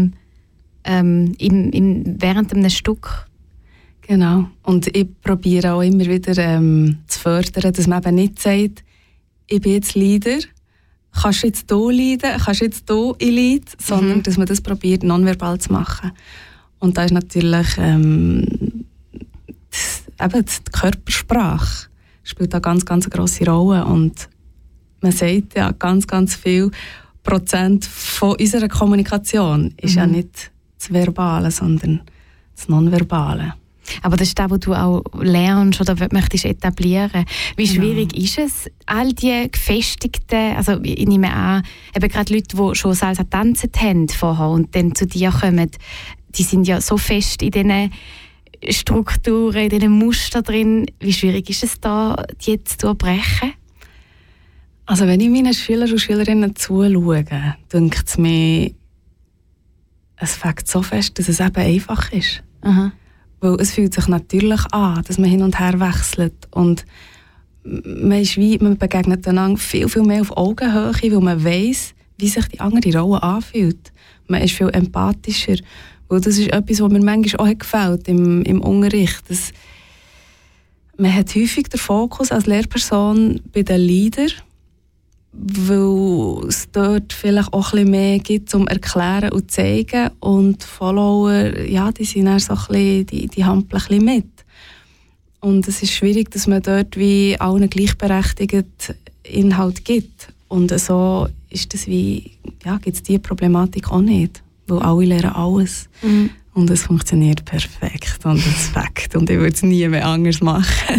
während einem Stück. Genau. Und ich probiere auch immer wieder zu fördern, dass man eben nicht sagt, ich bin jetzt Leader, kannst du jetzt hier leiden, kannst du jetzt hier in Lead, sondern dass man das probiert, nonverbal zu machen. Und da ist natürlich die Körpersprache spielt da ganz, ganz eine grosse Rolle. Und man sagt ja, ganz, ganz viel Prozent von unserer Kommunikation ist ja nicht das Verbale, sondern das Nonverbale. Aber das ist das, was du auch lernst oder möchtest etablieren. Wie schwierig ist es, all die gefestigten, also ich nehme an, eben gerade Leute, die schon Salsa tanzen haben vorher und dann zu dir kommen, die sind ja so fest in diesen Strukturen, in diesen Mustern drin. Wie schwierig ist es da, die zu durchbrechen? Also wenn ich meinen Schüler und Schülerinnen zuschaue, denkt es mir, es fängt so fest, dass es eben einfach ist. Aha. Weil es fühlt sich natürlich an, dass man hin und her wechselt. Und man begegnet einander viel, viel mehr auf Augenhöhe, weil man weiss, wie sich die andere Rolle anfühlt. Man ist viel empathischer. Weil das ist etwas, was mir manchmal auch gefällt im Unterricht. Man hat häufig den Fokus als Lehrperson bei den Leadern, weil es dort vielleicht auch ein bisschen mehr gibt zum Erklären und Zeigen. Und Follower, die sind dann so ein bisschen, die hampeln ein bisschen mit. Und es ist schwierig, dass man dort wie allen gleichberechtigt Inhalt gibt. Und so ist das gibt es diese Problematik auch nicht. Weil alle lernen alles. Mhm. Und es funktioniert perfekt und es wächst. Und ich würde es nie mehr anders machen.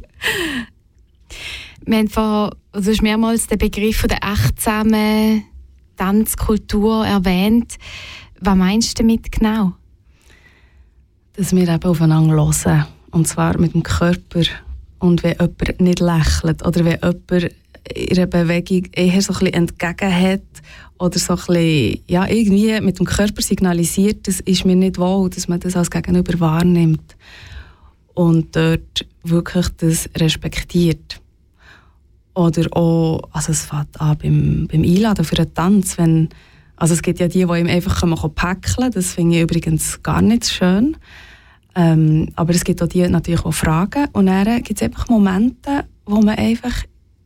Wir haben du hast mehrmals den Begriff der achtsamen Tanzkultur erwähnt. Was meinst du damit genau? Dass wir eben aufeinander hören. Und zwar mit dem Körper. Und wenn jemand nicht lächelt oder wenn jemand ihrer Bewegung eher so ein bisschen entgegen hat oder so ein bisschen, ja, irgendwie mit dem Körper signalisiert, das ist mir nicht wohl, dass man das als Gegenüber wahrnimmt und dort wirklich das respektiert. Oder auch, also es fängt an beim Einladen für einen Tanz, also es gibt ja die ihm einfach päckeln können, das finde ich übrigens gar nicht schön. Aber es gibt auch die natürlich auch Fragen und dann gibt es einfach Momente, wo man einfach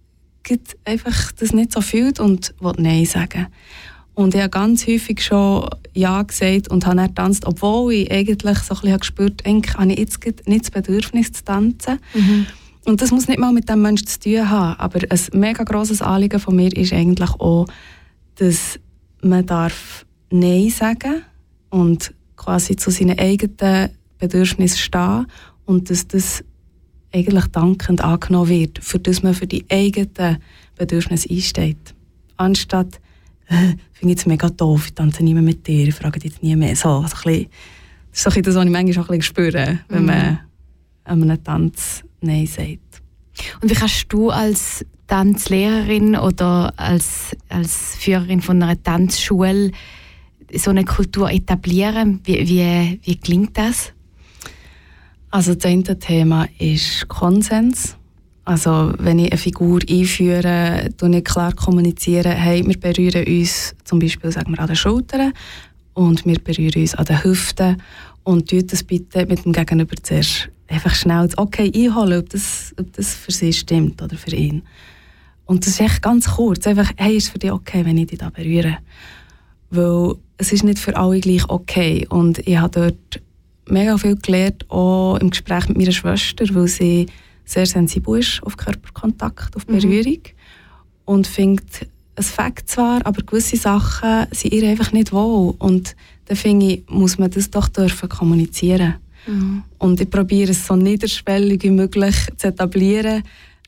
das nicht so fühlt und will Nein sagen. Und ich habe ganz häufig schon Ja gesagt und habe dann getanzt, obwohl ich eigentlich so ein bisschen gespürt habe, eigentlich habe ich jetzt nicht das Bedürfnis zu tanzen. Mhm. Und das muss nicht mal mit dem Menschen zu tun haben, aber ein mega grosses Anliegen von mir ist eigentlich auch, dass man darf Nein sagen und quasi zu seinen eigenen Bedürfnissen stehen und dass das eigentlich dankend angenommen wird, für das man für die eigenen Bedürfnisse einsteht. Anstatt, finde ich jetzt mega doof, ich tanze nie mehr mit dir, ich frage dich jetzt nie mehr. So, das ist so das, was ich manchmal auch ein bisschen spüre, wenn man an einem Tanz Nein sagt. Und wie kannst du als Tanzlehrerin oder als Führerin von einer Tanzschule so eine Kultur etablieren? Wie klingt das? Also das eine Thema ist Konsens. Also wenn ich eine Figur einführe, tue ich klar kommunizieren, hey, wir berühren uns zum Beispiel, sagen wir, an den Schultern und wir berühren uns an den Hüften und tue das bitte mit dem Gegenüber zuerst einfach schnell das Okay einholen, ob das für sie stimmt oder für ihn. Und das ist echt ganz kurz, einfach, hey, ist es für dich okay, wenn ich dich da berühre? Weil es ist nicht für alle gleich okay und ich habe dort mega viel gelernt, auch im Gespräch mit meiner Schwester, weil sie sehr sensibel ist auf Körperkontakt, auf Berührung und findet, es fängt zwar, aber gewisse Sachen sind ihr einfach nicht wohl und dann finde ich, muss man das doch dürfen kommunizieren. Und ich probiere es so niederschwellig wie möglich zu etablieren.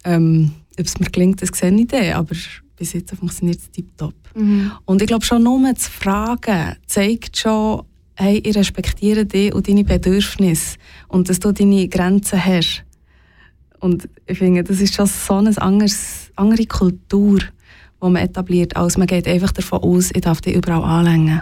Ob es mir gelingt, das sehe ich nicht, aber bis jetzt funktioniert es tiptop. Und ich glaube schon nur zu fragen zeigt schon, hey, ich respektiere dich und deine Bedürfnisse und dass du deine Grenzen hast. Und ich finde, das ist schon so eine andere Kultur, die man etabliert, als man geht einfach davon aus, ich darf dich überall anlängen.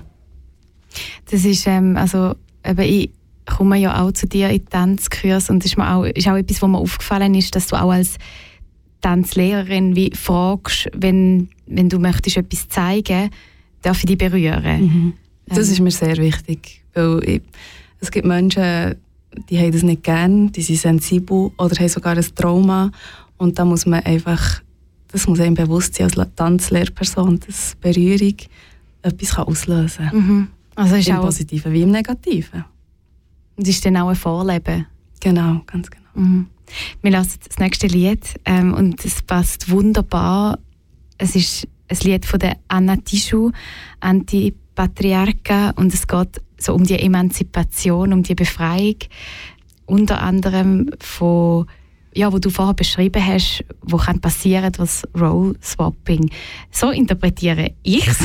Das ist, also, eben, ich komme ja auch zu dir in Tanzkurs und ist auch etwas, was mir aufgefallen ist, dass du auch als Tanzlehrerin wie fragst, wenn du möchtest etwas zeigen, darf ich dich berühren? Das ist mir sehr wichtig, weil es gibt Menschen, die haben das nicht gern, die sind sensibel oder haben sogar ein Trauma und da muss man einfach, das muss einem bewusst sein als Tanzlehrperson, dass Berührung etwas auslösen kann. Also ist im Positiven wie im Negativen. Und ist dann auch ein Vorleben? Genau, ganz genau. Wir hören das nächste Lied und es passt wunderbar. Es ist ein Lied von der Anna Tijoux, Antipatriarcha, und es geht so um die Emanzipation, um die Befreiung, unter anderem von, ja, wo du vorher beschrieben hast, wo kann passieren, das Role-Swapping. So interpretiere ich es.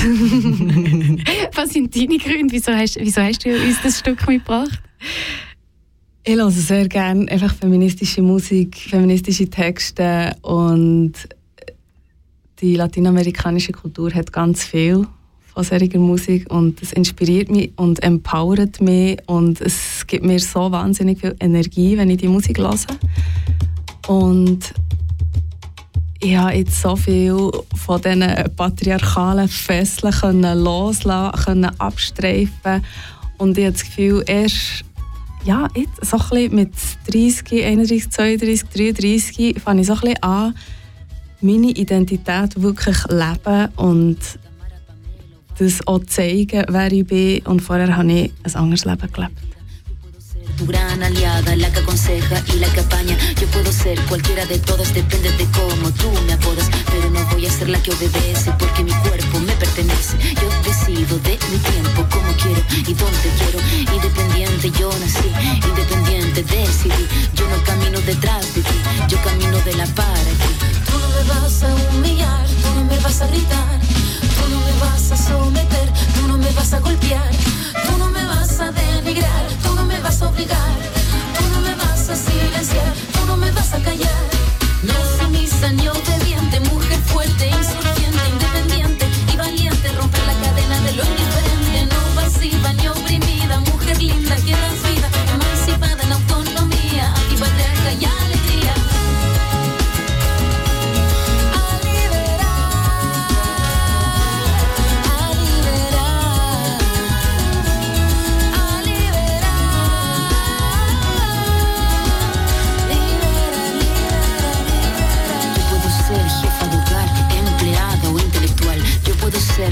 Was sind deine Gründe? Wieso hast du uns das Stück mitgebracht? Ich höre sehr gerne einfach feministische Musik, feministische Texte und die latinamerikanische Kultur hat ganz viel von solcher Musik und es inspiriert mich und empowert mich und es gibt mir so wahnsinnig viel Energie, wenn ich die Musik höre. Und ich habe jetzt so viel von diesen patriarchalen Fesseln loslassen können, abstreifen und ich habe das Gefühl, erst jetzt so ein bisschen mit 30, 31, 32, 33 fange ich so ein bisschen an, meine Identität wirklich leben und das auch zeigen, wer ich bin. Und vorher habe ich ein anderes Leben gelebt. Tu gran aliada, la que aconseja y la que apaña. Yo puedo ser cualquiera de todas, depende de cómo tú me apodas. Pero no voy a ser la que obedece, porque mi cuerpo me pertenece. Yo decido de mi tiempo, como quiero y donde quiero. Independiente yo nací, independiente decidí. Yo no camino detrás de ti, yo camino de la para ti. Tú no me vas a humillar, tú no me vas a gritar. Tú no me vas a someter, tú no me vas a golpear. Tú no me vas a denigrar, tú no me vas a obligar. Tú no me vas a silenciar, tú no me vas a callar. No sumisa ni obediente, mujer fuerte.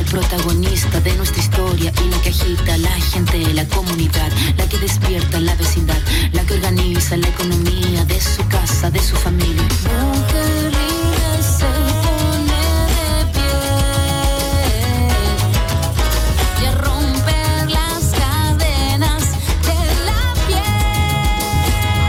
protagonista de nuestra historia y la que agita a la gente, la comunidad, la que despierta la vecindad, la que organiza la economía de su casa, de su familia. Mujer linda se pone de pie y a romper las cadenas de la piel.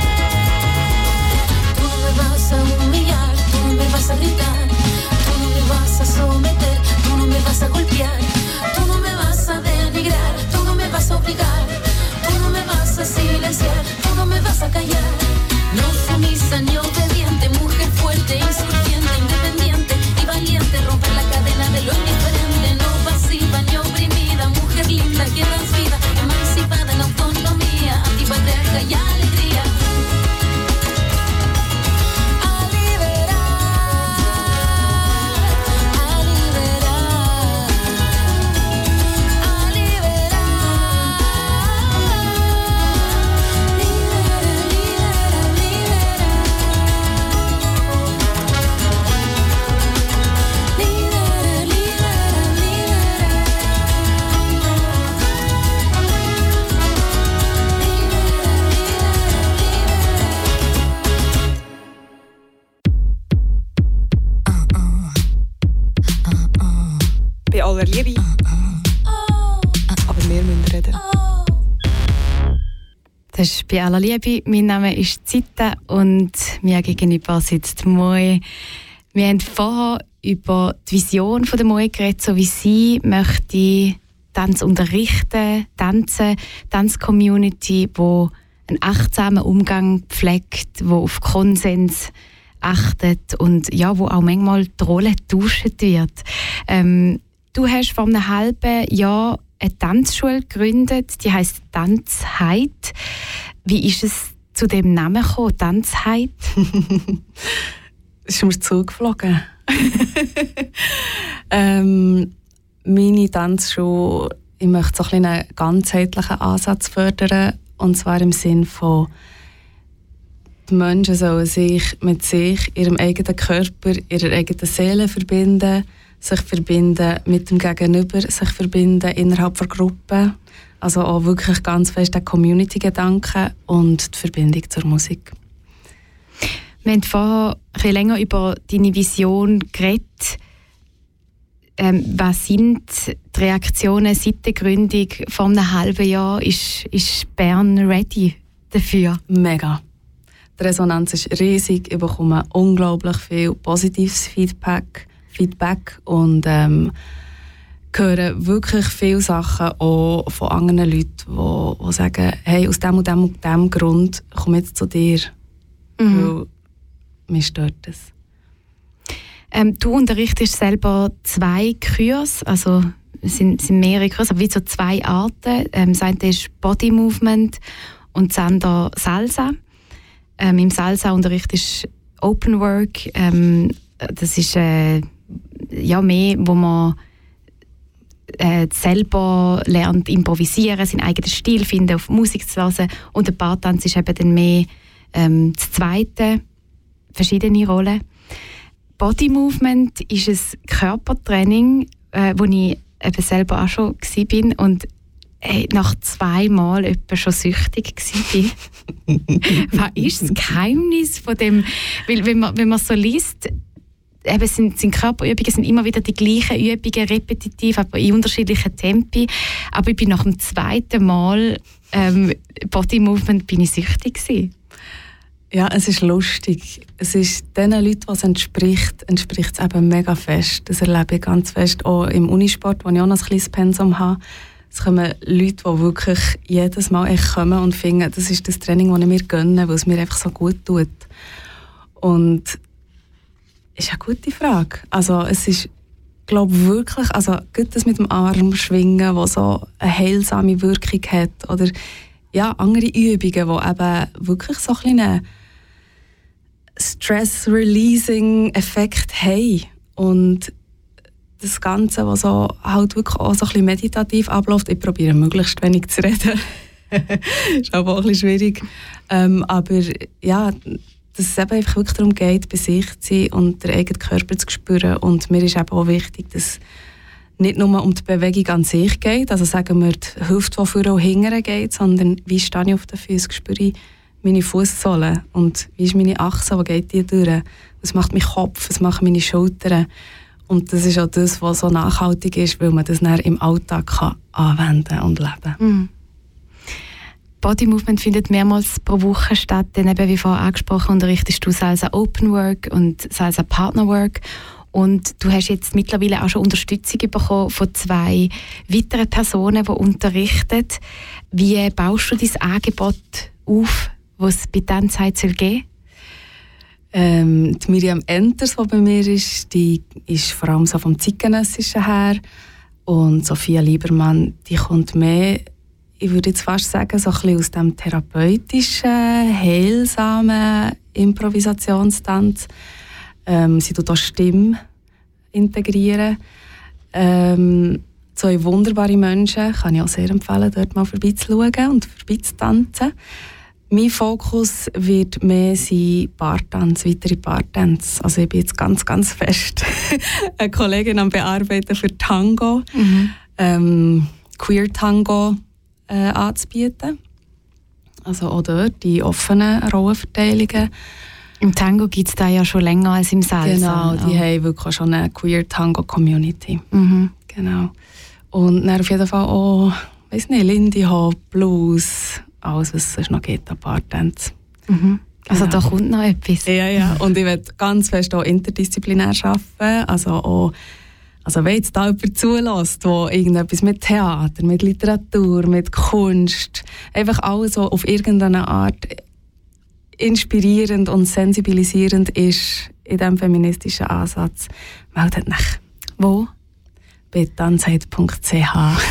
Tú no me vas a humillar, tú no me vas a gritar, tú no me vas a someter, tú no me vas a golpear, tú no me vas a denigrar, tú no me vas a obligar, tú no me vas a silenciar, tú no me vas a callar. No sumisa ni obediente, mujer fuerte, insurgente, independiente y valiente, romper la cadena de lo indiferente, no pasiva ni oprimida, mujer linda que das vida, emancipada en autonomía, antipatriarca y alegría. Bei aller Liebe. Aber wir müssen reden. Das ist «Bei aller Liebe». Mein Name ist Zita und mir gegenüber sitzt Moe. Wir haben vorher über die Vision der Moe geredet, so wie sie möchte Tanz unterrichten, Tanzcommunity, wo einen achtsamen Umgang pflegt, wo auf Konsens achtet und ja, wo auch manchmal die Rolle getauscht wird. Du hast vor einem halben Jahr eine Tanzschule gegründet, die heisst Tanzheit. Wie ist es zu dem Namen gekommen, Tanzheit? Es ist mir zugeflogen. Meine Tanzschule, ich möchte so einen ganzheitlichen Ansatz fördern, und zwar im Sinn von, die Menschen sollen sich mit sich, ihrem eigenen Körper, ihrer eigenen Seele verbinden, sich verbinden mit dem Gegenüber, sich verbinden innerhalb der Gruppe. Also auch wirklich ganz fest der Community-Gedanke und die Verbindung zur Musik. Wir haben vorher ein bisschen länger über deine Vision geredet. Was sind die Reaktionen seit der Gründung vor einem halben Jahr? Ist Bern ready dafür? Mega. Die Resonanz ist riesig. Ich bekomme unglaublich viel positives Feedback und höre wirklich viele Sachen auch von anderen Leuten, die sagen, hey, aus dem und dem und dem Grund komme ich jetzt zu dir. Weil mich stört das. Du unterrichtest selber 2 Kurse, also es sind mehrere Kurse, aber wie so 2 Arten. Das eine ist Body Movement und das andere Salsa. Im Salsa unterrichtest du Open Work. Das ist ja mehr, wo man selber lernt improvisieren, seinen eigenen Stil finden, auf Musik zu hören. Und der Paartanz ist eben dann mehr das zweite, verschiedene Rollen. Body Movement ist ein Körpertraining, wo ich eben selber auch schon war und nach 2 Mal etwa schon süchtig war. Was ist das Geheimnis von dem? Weil wenn man so liest, eben sind Körperübungen sind immer wieder die gleichen Übungen, repetitiv, aber in unterschiedlichen Tempi. Aber ich bin nach dem 2. Mal Body Movement bin ich süchtig gewesen. Ja, es ist lustig. Es ist den Leuten, was entspricht es eben mega fest. Das erlebe ich ganz fest auch im Unisport, wo ich auch noch ein kleines Pensum habe. Es kommen Leute, die wirklich jedes Mal echt kommen und finden, das ist das Training, das ich mir gönne, weil es mir einfach so gut tut. Und das ist eine gute Frage. Also es ist, glaube ich, wirklich, also gut das mit dem Arm schwingen, das so eine heilsame Wirkung hat, oder ja, andere Übungen, die eben wirklich so einen Stress-Releasing-Effekt haben. Und das Ganze, was so halt wirklich auch so ein bisschen meditativ abläuft, ich probiere möglichst wenig zu reden. Ist aber auch ein bisschen schwierig. Aber ja, dass es eben einfach wirklich darum geht, bei sich zu sein und den eigenen Körper zu spüren. Und mir ist eben auch wichtig, dass nicht nur um die Bewegung an sich geht, also sagen wir die Hüfte, die vorne und hinten geht, sondern wie stehe ich auf den Füßen, spüre ich meine Fußsohlen und wie ist meine Achse, wo geht die durch, was macht mein Kopf, was machen meine Schultern. Und das ist auch das, was so nachhaltig ist, weil man das dann im Alltag kann anwenden und leben kann. Body Movement findet mehrmals pro Woche statt. Dann eben, wie vorhin angesprochen, unterrichtest du Salsa Open Work und Salsa Partner Work. Und du hast jetzt mittlerweile auch schon Unterstützung bekommen von 2 weiteren Personen, die unterrichten. Wie baust du dein Angebot auf, das es bei Tanzzeit geben soll? Die Miriam Enters, die bei mir ist, die ist vor allem so vom Zeitgenössischen her. Und Sophia Liebermann, die kommt mehr, ich würde jetzt fast sagen, so ein bisschen aus dem therapeutischen, heilsamen Improvisationstanz. Sie tut auch Stimme integrieren. 2 wunderbare Menschen, kann ich auch sehr empfehlen, dort mal vorbeizuschauen und vorbeizutanzen. Mein Fokus wird mehr sein Paartanz, weitere Paartänze. Also ich bin jetzt ganz, ganz fest eine Kollegin am Bearbeiten für Tango, Queer Tango anzubieten. Also auch dort die offenen Rollenverteilungen. Im Tango gibt es da ja schon länger als im Salsa. Genau, die haben wirklich schon eine Queer Tango Community. Genau. Und dann auf jeden Fall auch, weiss nicht, Lindy Hop, Blues, alles, was es noch geht an Paartänzen. Also da kommt noch etwas. Ja. Und ich will ganz fest auch interdisziplinär arbeiten. Also wenn jetzt da jemand zulässt, der irgendetwas mit Theater, mit Literatur, mit Kunst, einfach alles, so auf irgendeine Art inspirierend und sensibilisierend ist in diesem feministischen Ansatz, meldet mich. Wo? Bei tanzheit.ch.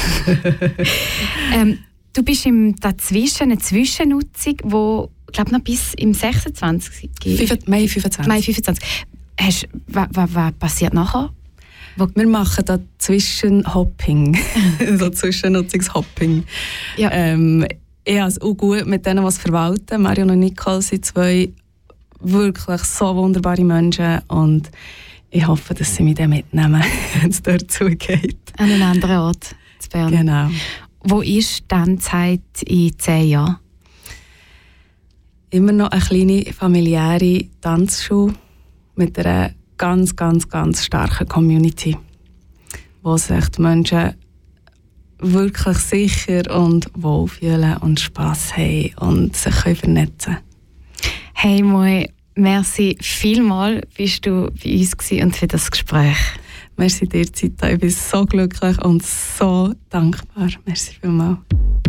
Du bist dazwischen eine Zwischennutzung, die, glaube noch bis im 26. geht. Mai 25. Was passiert nachher? Wir machen da Zwischenhopping, so Zwischennutzungshopping. Ja. Ich habe es auch gut mit denen, die es verwalten. Marion und Nicole sind 2 wirklich so wunderbare Menschen und ich hoffe, dass sie mich dann mitnehmen, wenn es dort zugeht. An einem anderen Ort zu Bern. Genau. Wo ist Tanzzeit in 10 Jahren? Immer noch eine kleine familiäre Tanzschule mit einer ganz, ganz, ganz starken Community, wo sich die Menschen wirklich sicher und wohlfühlen und Spass haben und sich vernetzen können. Hey Moi, merci vielmals, bist du bei uns gewesen und für das Gespräch. Merci dir, Zita. Ich bin so glücklich und so dankbar. Merci vielmals.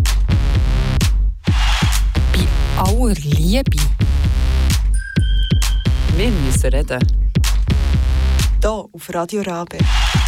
Bei aller Liebe. Wir müssen reden. Hier auf Radio Rabe.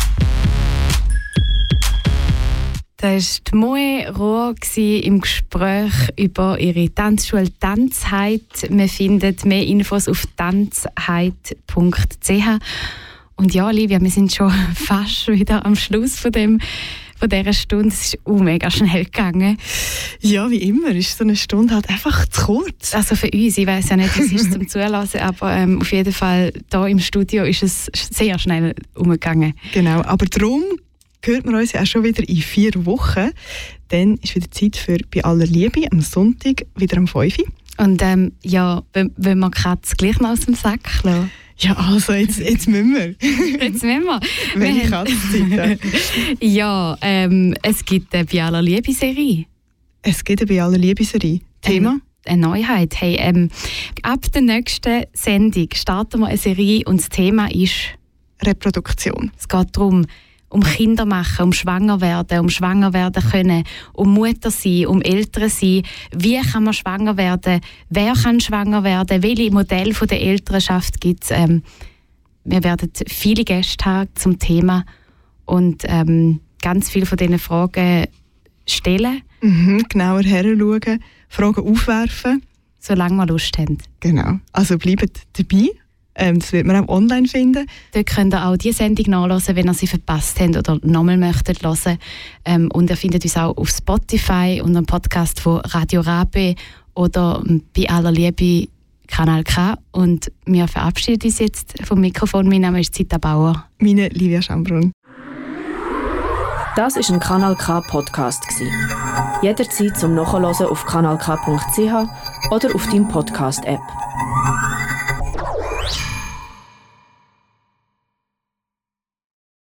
Das war Moe Rohr im Gespräch über ihre Tanzschule Tanzheit. Wir finden mehr Infos auf tanzheit.ch. Und ja, Livia, wir sind schon fast wieder am Schluss von dieser Stunde. Es ist mega schnell gegangen. Ja, wie immer ist so eine Stunde halt einfach zu kurz. Also für uns, ich weiss ja nicht, was ist zum Zulassen, aber auf jeden Fall hier im Studio ist es sehr schnell umgegangen. Genau, aber darum hört man uns ja auch schon wieder in 4 Wochen. Dann ist wieder Zeit für «Bei aller Liebe» am Sonntag, wieder um 5 Uhr. Und ja, wenn wir Katz gleich noch aus dem Sack lassen. Ja, also jetzt müssen wir. Jetzt müssen wir. Welche Katzzeit? Ja, es gibt eine «Bei aller Liebe»-Serie. Es gibt eine «Bei aller Liebe»-Serie. Thema? Eine Neuheit. Hey, ab der nächsten Sendung starten wir eine Serie und das Thema ist Reproduktion. Es geht darum, um Kinder machen, um schwanger werden können, um Mutter sein, um Eltern sein. Wie kann man schwanger werden? Wer kann schwanger werden? Welche Modelle von der Elternschaft gibt es? Wir werden viele Gäste haben zum Thema und ganz viele von diesen Fragen stellen. Genauer heranschauen, Fragen aufwerfen. Solange wir Lust haben. Genau. Also bleibt dabei. Das wird man auch online finden. Dort könnt ihr auch die Sendung nachhören, wenn ihr sie verpasst habt oder nochmal möchtet hören. Und ihr findet uns auch auf Spotify und einem Podcast von Radio Rabe oder «Bei aller Liebe» Kanal K. Und wir verabschieden uns jetzt vom Mikrofon. Mein Name ist Zita Bauer. Meine Livia Schambrunn. Das war ein Kanal K Podcast. Jederzeit zum Nachhören auf kanalk.ch oder auf deinem Podcast-App.